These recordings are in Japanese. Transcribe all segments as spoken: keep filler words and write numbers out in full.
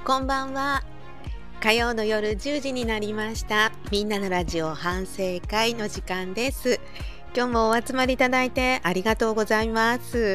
こんばんは。火曜の夜じゅうじになりました。みんなのラジオ反省会の時間です。今日もお集まりいただいてありがとうございます。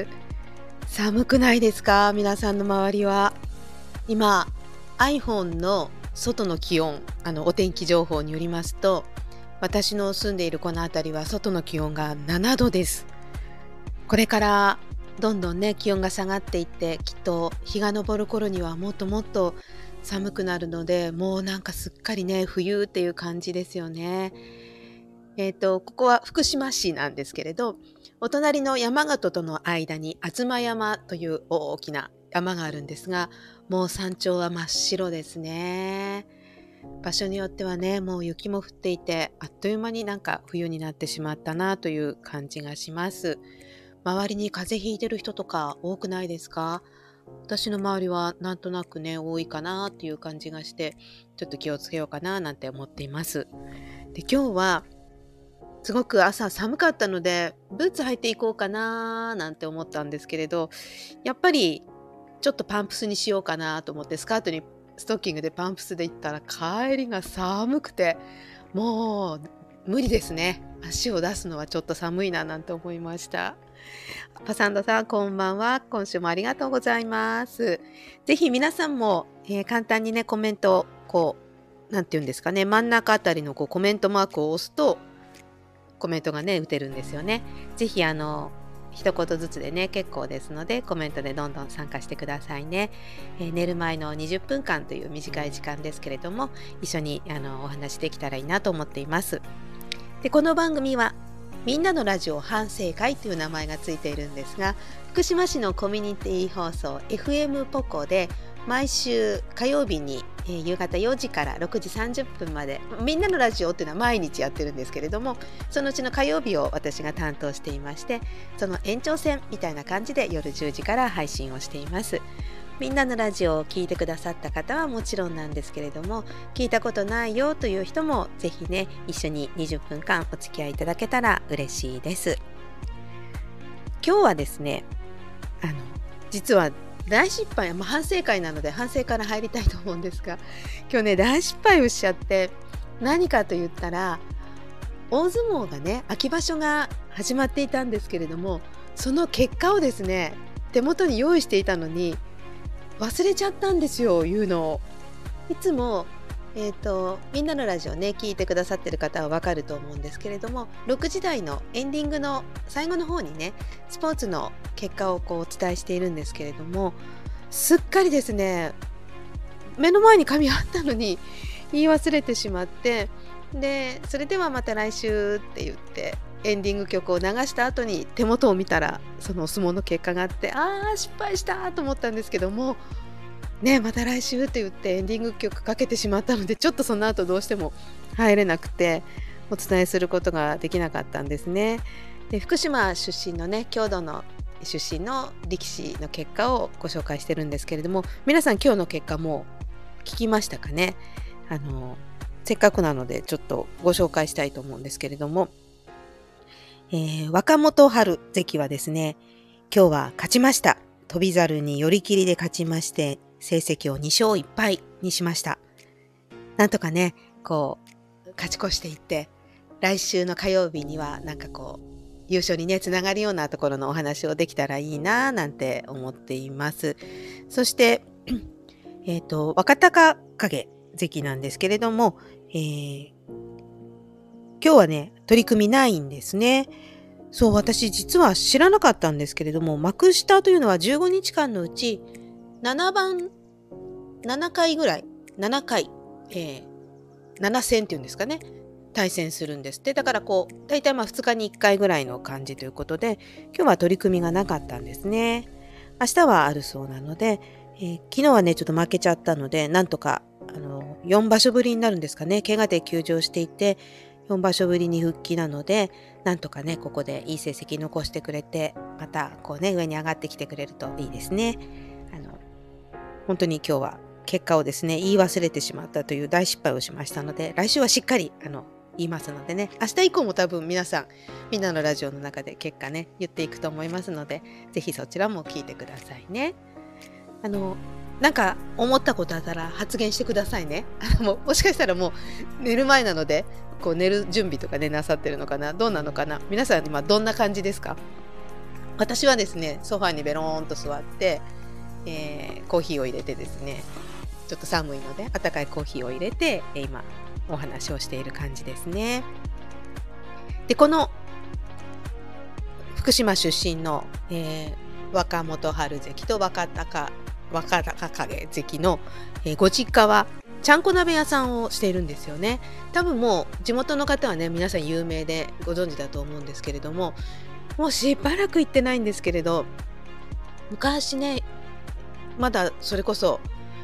寒くないですか？皆さんの周りは。今 iPhone の外の気温、あのお天気情報によりますと、私の住んでいるこの辺りは外の気温がななどです。これからどんどんね気温が下がっていって、きっと日が昇る頃にはもっともっと寒くなるので、もうなんかすっかりね冬っていう感じですよね。えっとここは福島市なんですけれど、お隣の山形との間に吾妻山という大きな山があるんですが、もう山頂は真っ白ですね。場所によってはね、もう雪も降っていて、あっという間になんか冬になってしまったなという感じがします。周りに風邪ひいてる人とか多くないですか？私の周りはなんとなくね多いかなっていう感じがして、ちょっと気をつけようかななんて思っています。で、今日はすごく朝寒かったのでブーツ履いていこうかななんて思ったんですけれど、やっぱりちょっとパンプスにしようかなと思って、スカートにストッキングでパンプスで行ったら帰りが寒くて、もう無理ですね。足を出すのはちょっと寒いななんて思いました。パサンドさん、こんばんは。今週もありがとうございます。ぜひ皆さんも、えー簡単にねコメントをこうなんていうんですかね、真ん中あたりのこうコメントマークを押すとコメントがね打てるんですよね。ぜひあの一言ずつでね結構ですので、コメントでどんどん参加してくださいね。えー寝る前のにじゅっぷんかんという短い時間ですけれども、一緒にあのお話できたらいいなと思っています。で、この番組はみんなのラジオ反省会という名前がついているんですが、福島市のコミュニティ放送 エフエム ポコで毎週火曜日に、えー夕方よじからろくじさんじゅっぷんまで、みんなのラジオっていうのは毎日やってるんですけれども、そのうちの火曜日を私が担当していまして、その延長線みたいな感じで夜じゅうじから配信をしています。みんなのラジオを聞いてくださった方はもちろんなんですけれども、聞いたことないよという人もぜひね一緒ににじゅっぷんかんお付き合いいただけたら嬉しいです。今日はですね、あの実は大失敗、まあ、反省会なので反省から入りたいと思うんですが、今日ね大失敗をしちゃって、何かと言ったら大相撲がね秋場所が始まっていたんですけれども、その結果をですね手元に用意していたのに忘れちゃったんですよ、言うのを。いつも、えーと、みんなのラジオね聞いてくださってる方はわかると思うんですけれども、ろくじ台のエンディングの最後の方にねスポーツの結果をこうお伝えしているんですけれども、すっかりですね目の前に紙あったのに言い忘れてしまって、でそれではまた来週って言ってエンディング曲を流した後に手元を見たらそのお相撲の結果があって、あー失敗したと思ったんですけどもね、また来週って言ってエンディング曲かけてしまったので、ちょっとその後どうしても入れなくてお伝えすることができなかったんですね。で、福島出身のね郷土の出身の力士の結果をご紹介してるんですけれども、皆さん今日の結果もう聞きましたかね。あのせっかくなのでちょっとご紹介したいと思うんですけれども、えー若元春関はですね、今日は勝ちました。翔猿に寄り切りで勝ちまして、成績をにしょういっぱいにしました。なんとかね、こう勝ち越していって、来週の火曜日にはなんかこう優勝にねつながるようなところのお話をできたらいいななんて思っています。そしてえっと若隆景関なんですけれども、えー今日はね取り組みないんですね。そう、私実は知らなかったんですけれども、幕下というのはじゅうごにちかんのうちななばんななかいぐらいななかい、えー、なな戦っていうんですかね、対戦するんですって。だからこう大体まあふつかにいっかいぐらいの感じということで、今日は取り組みがなかったんですね。明日はあるそうなので、えー昨日はねちょっと負けちゃったので、なんとかあのよんばしょぶりになるんですかね、怪我で休場していてよんばしょぶりに復帰なので、なんとかねここでいい成績残してくれて、またこうね上に上がってきてくれるといいですね。あの本当に今日は結果をですね言い忘れてしまったという大失敗をしましたので、来週はしっかりあの言いますのでね、明日以降も多分皆さんみんなのラジオの中で結果ね言っていくと思いますので、ぜひそちらも聞いてくださいね。あのなんか思ったことあったら発言してくださいね。あのももしかしたらもう寝る前なので、こう寝る準備とかねなさってるのかな、どうなのかな。皆さん今どんな感じですか？私はですね、ソファーにベローンと座って、えーコーヒーを入れてですね、ちょっと寒いので温かいコーヒーを入れて、えー今お話をしている感じですね。で、この福島出身の、えー若元春関と若隆若隆景関の、えーご実家はちゃんこ鍋屋さんをしているんですよね。多分もう地元の方はね皆さん有名でご存知だと思うんですけれども、もうしばらく行ってないんですけれど、昔ねまだそれこそ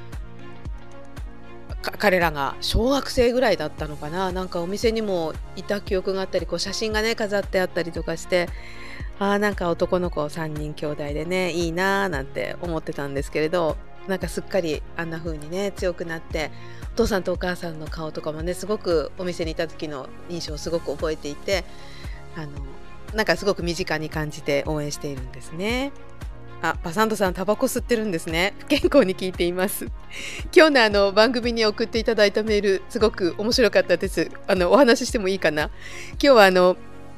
か彼らが小学生ぐらいだったのかな、なんかお店にもいた記憶があったり、こう写真がね飾ってあったりとかして、あーなんか男の子さんにん兄弟でねいいなーなんて思ってたんですけれど、なんかすっかりあんな風にね強くなって、お父さんとお母さんの顔とかもねすごくお店にいた時の印象をすごく覚えていて、あのなんかすごく身近に感じて応援しているんですね。あ、パサンドさんタバコ吸ってるんですね。不健康に聞いています。今日のあの番組に送っていただいたメールすごく面白かったです。あのお話ししてもいいかな。今日はあの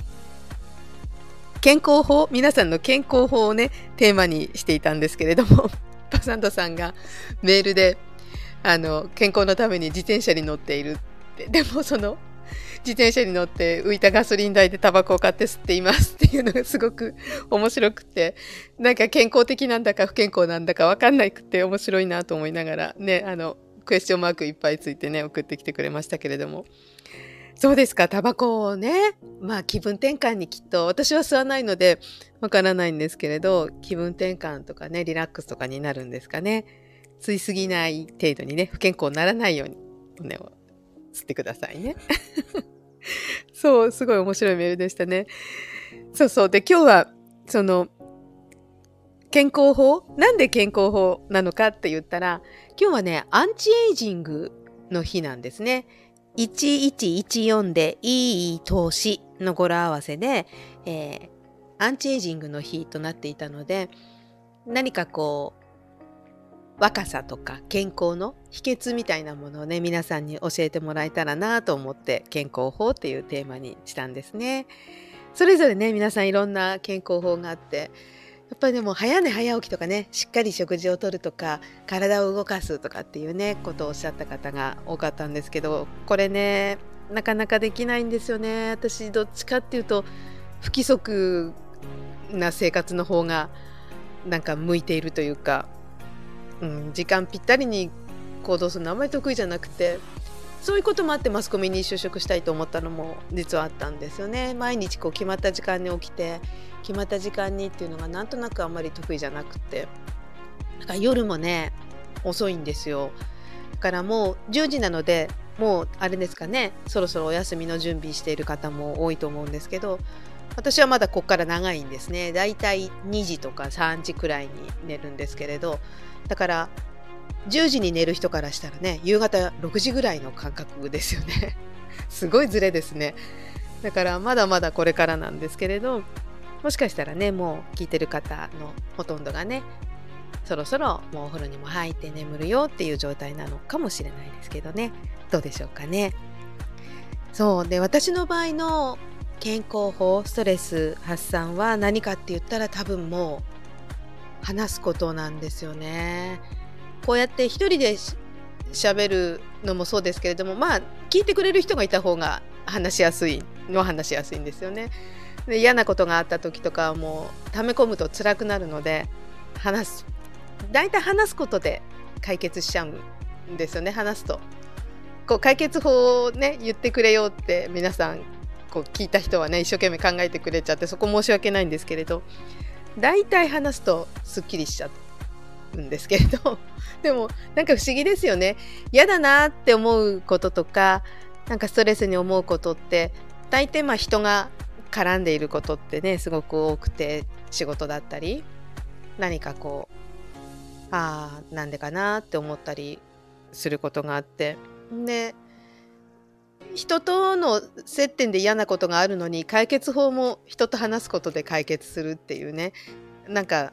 健康法、皆さんの健康法をねテーマにしていたんですけれども、パサンドさんがメールであの健康のために自転車に乗っているって、でもその自転車に乗って浮いたガソリン代でタバコを買って吸っていますっていうのがすごく面白くて、なんか健康的なんだか不健康なんだか分かんなくて面白いなと思いながらね、あのクエスチョンマークいっぱいついてね送ってきてくれましたけれども、そうですか、タバコをね、まあ気分転換にきっと、私は吸わないのでわからないんですけれど、気分転換とかねリラックスとかになるんですかね。吸いすぎない程度にね不健康にならないように骨を吸ってくださいね。そう、すごい面白いメールでしたね。そうそう。で、今日は、その、健康法なんで健康法なのかって言ったら、今日はね、アンチエイジングの日なんですね。いちいちいちよんでいい投資の語呂合わせで、えーアンチエイジングの日となっていたので、何かこう、若さとか健康の秘訣みたいなものをね皆さんに教えてもらえたらなと思って健康法っていうテーマにしたんですね。それぞれね皆さんいろんな健康法があって、やっぱりでも早寝早起きとかね、しっかり食事をとるとか体を動かすとかっていうねことをおっしゃった方が多かったんですけど、これねなかなかできないんですよね。私どっちかっていうと不規則な生活の方がなんか向いているというか、うん、時間ぴったりに行動するのあんまり得意じゃなくて、そういうこともあってマスコミに就職したいと思ったのも実はあったんですよね。毎日こう決まった時間に起きて決まった時間にっていうのがなんとなくあんまり得意じゃなくて、だから夜もね遅いんですよ。だからもうじゅうじなので、もうあれですかね、そろそろお休みの準備している方も多いと思うんですけど、私はまだこっから長いんですね。だいたいにじとかさんじくらいに寝るんですけれど、だからじゅうじに寝る人からしたらね夕方ろくじぐらいの感覚ですよね。すごいズレですね。だからまだまだこれからなんですけれど、もしかしたらねもう聞いてる方のほとんどがねそろそろもうお風呂にも入って眠るよっていう状態なのかもしれないですけどね、どうでしょうかね。そうで、私の場合の健康法ストレス発散は何かって言ったら多分もう話すことなんですよね。こうやって一人でし喋るのもそうですけれども、まあ聞いてくれる人がいた方が話しやすいのは話しやすいんですよね。で、嫌なことがあった時とかはもう溜め込むと辛くなるので、話すだいたい話すことで解決しちゃうんですよね。話すとこう解決法をね言ってくれよって皆さんこう聞いた人はね一生懸命考えてくれちゃって、そこ申し訳ないんですけれど、だいたい話すとすっきりしちゃうんですけれどでもなんか不思議ですよね。嫌だなって思うこととか、なんかストレスに思うことって大抵まあ人が絡んでいることってねすごく多くて、仕事だったり何かこうあーなんでかなって思ったりすることがあって、で人との接点で嫌なことがあるのに解決法も人と話すことで解決するっていうね、なんか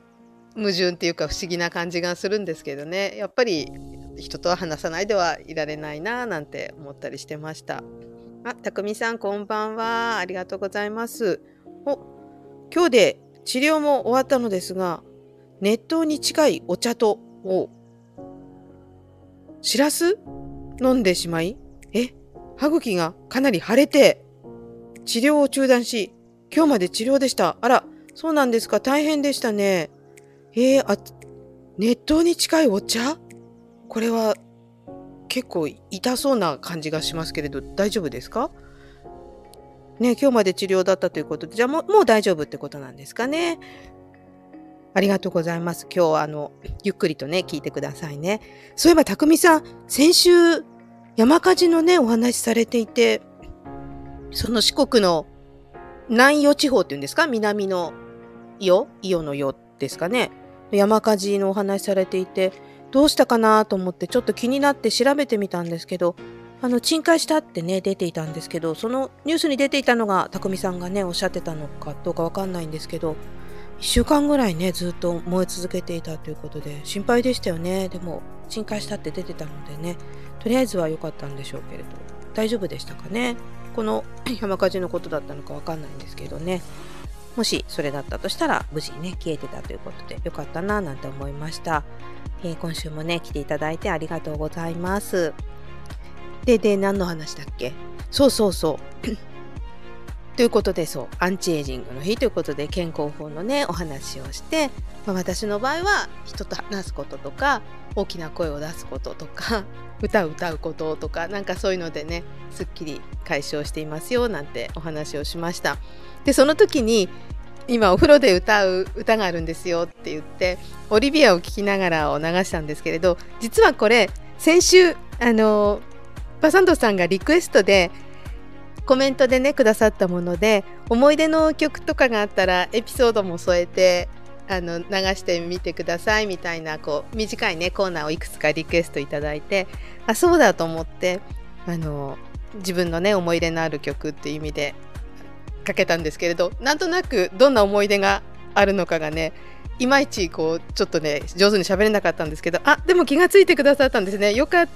矛盾っていうか不思議な感じがするんですけどね。やっぱり人とは話さないではいられないななんて思ったりしてました。あ、たくみさんこんばんは。ありがとうございます。お、今日で治療も終わったのですが、熱湯に近いお茶とをしらす飲んでしまい、え、歯茎がかなり腫れて治療を中断し、今日まで治療でした。あら、そうなんですか。大変でしたね。えー、あ、熱湯に近いお茶？これは結構痛そうな感じがしますけれど、大丈夫ですか？ね、今日まで治療だったということで、じゃあもう、もう大丈夫ってことなんですかね。ありがとうございます。今日はあの、ゆっくりとね、聞いてくださいね。そういえば、たくみさん、先週、山火事のね、お話しされていて、その四国の南予地方っていうんですか？南の伊予伊予の予ですかね。山火事のお話しされていて、どうしたかなと思ってちょっと気になって調べてみたんですけど、あの鎮火したってね出ていたんですけど、そのニュースに出ていたのがたくみさんがねおっしゃってたのかどうかわかんないんですけど、いっしゅうかんぐらいねずっと燃え続けていたということで心配でしたよね。でも鎮火したって出てたのでね、とりあえずは良かったんでしょうけれど、大丈夫でしたかね。この山火事のことだったのかわかんないんですけどね。もしそれだったとしたら無事にね消えてたということでよかったななんて思いました。えー、今週もね来ていただいてありがとうございます。でで何の話だっけ？そうそうそうということで、そうアンチエイジングの日ということで健康法のねお話をして、まあ、私の場合は人と話すこととか大きな声を出すこととか歌を歌うこととかなんかそういうのでねすっきり解消していますよなんてお話をしました。でその時に今お風呂で歌う歌があるんですよって言ってオリビアを聴きながらを流したんですけれど、実はこれ先週あのバサンドさんがリクエストでコメントでねくださったもので、思い出の曲とかがあったらエピソードも添えてあの流してみてくださいみたいなこう短いねコーナーをいくつかリクエストいただいて、あそうだと思ってあの自分のね思い入れのある曲っていう意味でかけたんですけれど、なんとなくどんな思い出があるのかがねいまいちこうちょっとね上手に喋れなかったんですけど、あでも気がついてくださったんですね。よかった、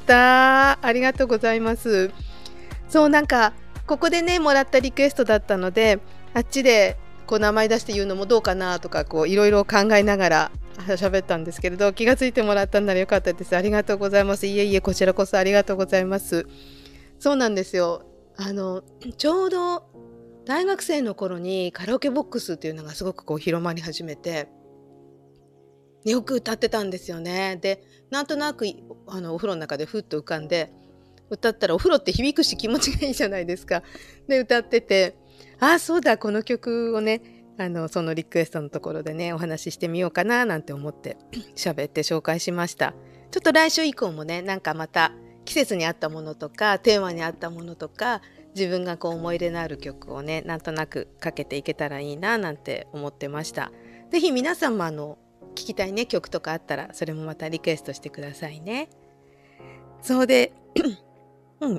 ありがとうございます。そうなんかここでねもらったリクエストだったので、あっちでこう名前出して言うのもどうかなとかこういろいろ考えながら喋ったんですけれど、気がついてもらったんならよかったです。ありがとうございます。いえいえこちらこそありがとうございます。そうなんですよ。あのちょうど大学生の頃にカラオケボックスっていうのがすごくこう広まり始めてよく歌ってたんですよね。でなんとなくあのお風呂の中でふっと浮かんで歌ったらお風呂って響くし気持ちがいいじゃないですか。で歌ってて、あそうだこの曲をねあのそのリクエストのところでねお話ししてみようかななんて思って喋って紹介しました。ちょっと来週以降もねなんかまた季節に合ったものとかテーマに合ったものとか自分がこう思い入れのある曲をねなんとなくかけていけたらいいななんて思ってました。ぜひ皆さんもあの聴きたいね曲とかあったらそれもまたリクエストしてくださいね。そうでうん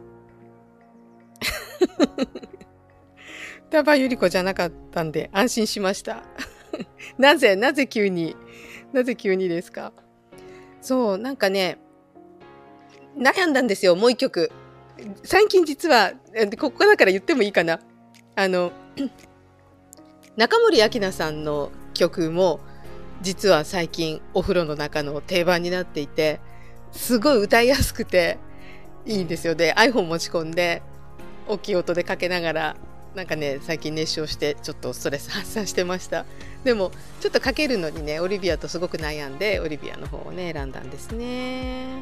タバユリコじゃなかったんで安心しましたなぜなぜ急になぜ急にですか？そうなんかね悩んだんですよ。もう一曲最近実はここだから言ってもいいかな、あの中森明菜さんの曲も実は最近お風呂の中の定番になっていてすごい歌いやすくていいんですよ。で iPhone 持ち込んで大きい音でかけながらなんかね最近熱唱してちょっとストレス発散してました。でもちょっとかけるのにねオリビアとすごく悩んでオリビアの方をね選んだんですね。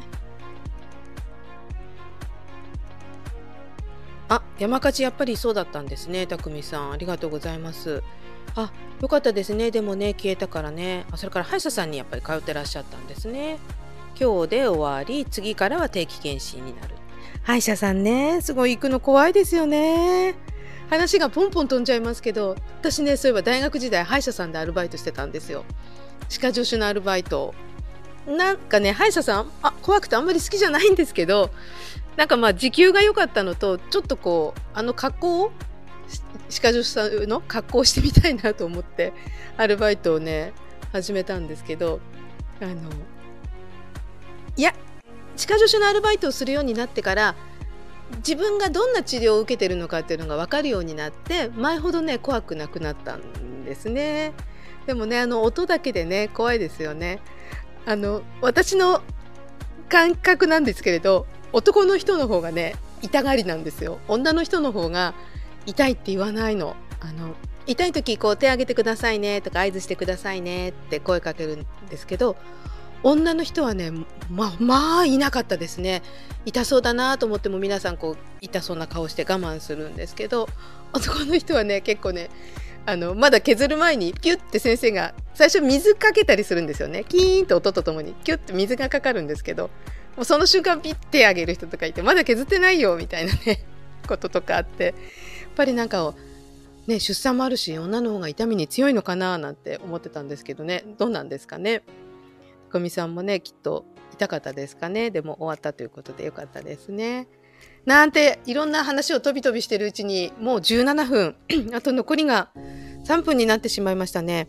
あ、山火事やっぱりそうだったんですね。たくみさんありがとうございます。あ、よかったですね。でもね消えたからね。あ、それから歯医者さんにやっぱり通ってらっしゃったんですね。今日で終わり、次からは定期検診になる。歯医者さんね、すごい行くの怖いですよね。話がポンポン飛んじゃいますけど、私ねそういえば大学時代歯医者さんでアルバイトしてたんですよ。歯科助手のアルバイト。なんかね歯医者さんあ怖くてあんまり好きじゃないんですけど、なんかまあ時給が良かったのとちょっとこうあの格好を歯科助手さんの格好をしてみたいなと思ってアルバイトをね始めたんですけど、あのいや歯科助手のアルバイトをするようになってから自分がどんな治療を受けてるのかっていうのが分かるようになって、前ほどね怖くなくなったんですね。でもね、あの音だけでね怖いですよね。あの私の感覚なんですけれど、男の人の方がね痛がりなんですよ。女の人の方が痛いって言わないの。あの痛い時こう手挙げてくださいねとか合図してくださいねって声かけるんですけど、女の人はねままあいなかったですね。痛そうだなと思っても皆さんこう痛そうな顔して我慢するんですけど、男の人はね結構ね、あのまだ削る前にピュッて先生が最初水かけたりするんですよね。キーンと音とともにキュッて水がかかるんですけど、もうその瞬間ピッてあげる人とかいて、まだ削ってないよみたいなねこととかあって、やっぱりなんかね、出産もあるし女の方が痛みに強いのかななんて思ってたんですけどね。どうなんですかね。こみさんもねきっと痛かったですかね。でも終わったということでよかったですね。なんていろんな話を飛び飛びしてるうちにもうじゅうななふんあと残りがさんぷんになってしまいましたね。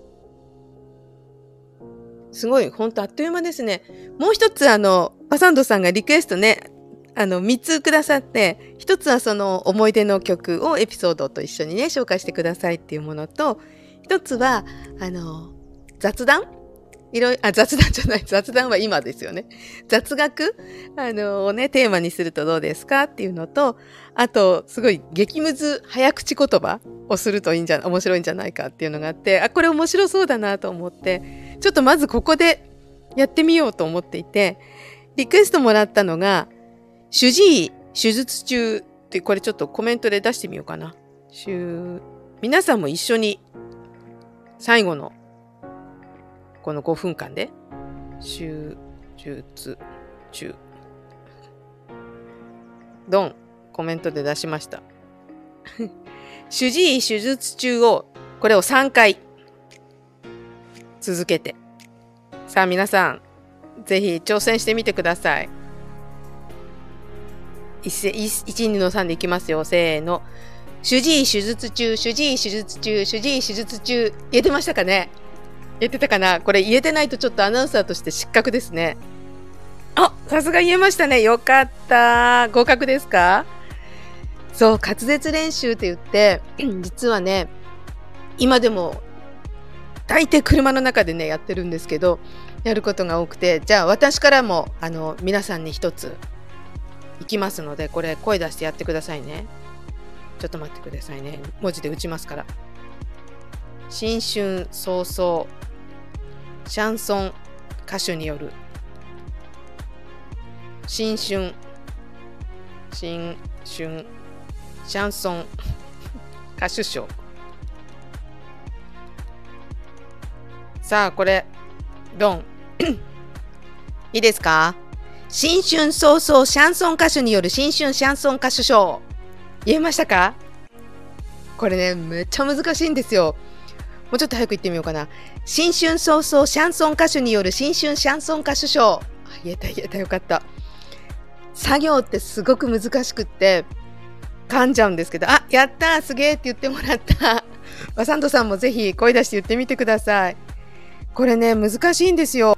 すごい本当あっという間ですね。もう一つあのパサンドさんがリクエストね、あのみっつくださって、ひとつはその思い出の曲をエピソードと一緒にね紹介してくださいっていうものと、ひとつはあの雑談いろいろあ雑談じゃない雑談は今ですよね。雑学あのをねテーマにするとどうですかっていうのと、あとすごい激ムズ早口言葉をするといいんじゃ面白いんじゃないかっていうのがあって、あこれ面白そうだなと思って、ちょっとまずここでやってみようと思っていて、リクエストもらったのが主治医手術中って、これちょっとコメントで出してみようかな。皆さんも一緒に最後のこのごふんかんで手術中ドンコメントで出しました主治医手術中をこれをさんかい続けて、さあ皆さんぜひ挑戦してみてください。いちにのさんでいきますよ。せーの。主治医手術中主治医手術中主治医手術中。言えてましたかね。言えてたかな。これ言えてないとちょっとアナウンサーとして失格ですね。あ、さすが言えましたね。よかった。合格ですか。そう、滑舌練習って言って実はね今でも大抵車の中でねやってるんですけど、やることが多くて、じゃあ私からもあの皆さんに一ついきますので、これ声出してやってくださいね。ちょっと待ってくださいね。文字で打ちますから。新春早々シャンソン歌手による新春新春シャンソン歌手賞。さあこれドンいいですか。新春早々シャンソン歌手による新春シャンソン歌手賞。言えましたか。これねめっちゃ難しいんですよ。もうちょっと早く言ってみようかな。新春早々シャンソン歌手による新春シャンソン歌手賞。言えた言えた、よかった。作業ってすごく難しくって噛んじゃうんですけど、あやったすげえって言ってもらったワサンドさんもぜひ声出して言ってみてください。これね難しいんですよ。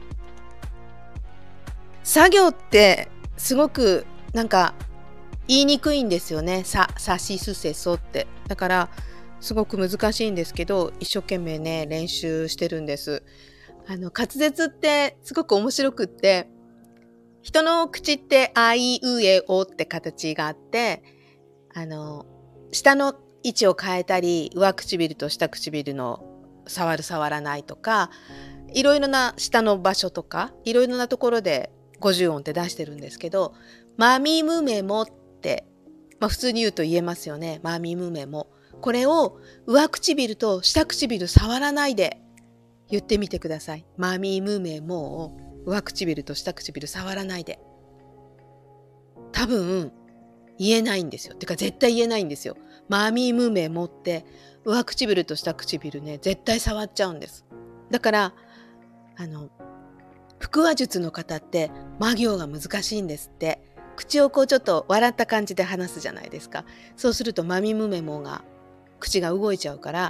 作業ってすごくなんか言いにくいんですよね。さ、さしすせそって。だからすごく難しいんですけど、一生懸命ね練習してるんです。あの滑舌ってすごく面白くって、人の口ってあいうえおって形があって、あの下の位置を変えたり、上唇と下唇の触る触らないとか、いろいろな下の場所とかいろいろなところでごじゅう音って出してるんですけど、まみむめもって、まあ、普通に言うと言えますよね。まみむめも。これを上唇と下唇触らないで言ってみてください。まみむめもを上唇と下唇触らないで。多分言えないんですよ。てか絶対言えないんですよ。まみむめもって上唇と下唇ね絶対触っちゃうんです。だからあの腹話術の方ってま行が難しいんですって。口をこうちょっと笑った感じで話すじゃないですか。そうするとまみむめもが口が動いちゃうから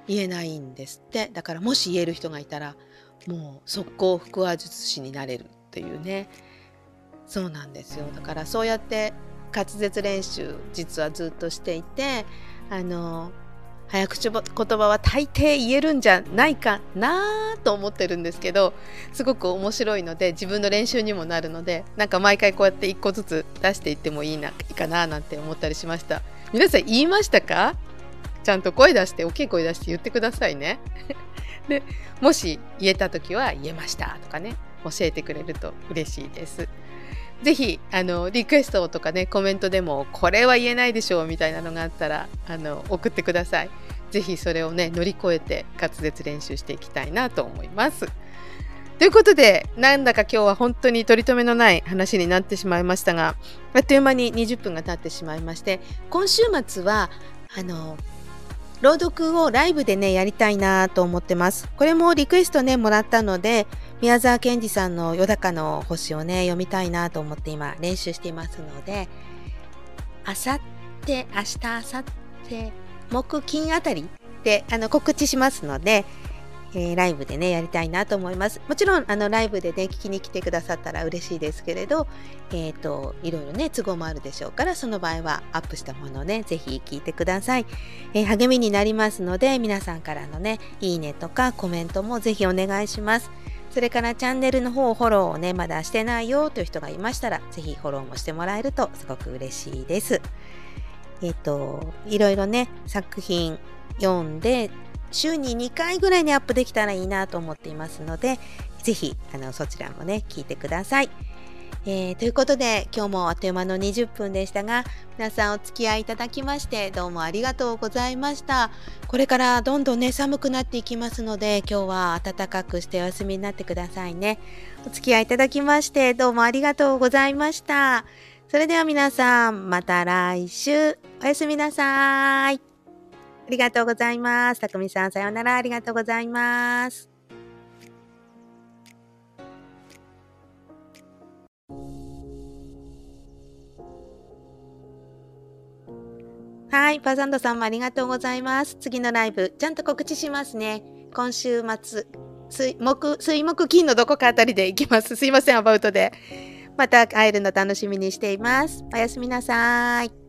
言えないんですって。だからもし言える人がいたら、もう速攻腹話術師になれるっていうね。そうなんですよ。だからそうやって滑舌練習実はずっとしていて、あの早口ぼ言葉は大抵言えるんじゃないかなと思ってるんですけど、すごく面白いので自分の練習にもなるので、なんか毎回こうやって一個ずつ出していってもいいないいかななんて思ったりしました。皆さん言いましたか？ちゃんと声出して大きい声出して言ってくださいね。でもし言えた時は言えましたとかね、教えてくれると嬉しいです。ぜひあのリクエストとかね、コメントでもこれは言えないでしょうみたいなのがあったらあの送ってください。ぜひそれをね乗り越えて滑舌練習していきたいなと思います。ということで、なんだか今日は本当に取り留めのない話になってしまいましたが、あっという間ににじゅっぷんが経ってしまいまして、今週末はあの朗読をライブでねやりたいなと思ってます。これもリクエストねもらったので、宮沢賢治さんの夜高の星をね読みたいなと思って今練習していますので、あさって明日あさって木金あたりであの告知しますので、えーライブでねやりたいなと思います。もちろんあのライブでね聞きに来てくださったら嬉しいですけれど、えーといろいろね都合もあるでしょうから、その場合はアップしたものをねぜひ聞いてください。えー励みになりますので、皆さんからのねいいねとかコメントもぜひお願いします。それからチャンネルの方フォローをねまだしてないよという人がいましたら、ぜひフォローもしてもらえるとすごく嬉しいです。えっ、といろいろね作品読んで週ににかいぐらいにアップできたらいいなと思っていますので、ぜひあのそちらもね聞いてください。えーということで今日もあっという間のにじゅっぷんでしたが、皆さんお付き合いいただきましてどうもありがとうございました。これからどんどんね寒くなっていきますので、今日は暖かくしてお休みになってくださいね。お付き合いいただきましてどうもありがとうございました。それでは皆さんまた来週おやすみなさい。ありがとうございます。たくみさんさようなら、ありがとうございます。はい、パーサンドさんもありがとうございます。次のライブちゃんと告知しますね。今週末水木水木金のどこかあたりで行きます。すいませんアバウトで。また会えるの楽しみにしています。おやすみなさい。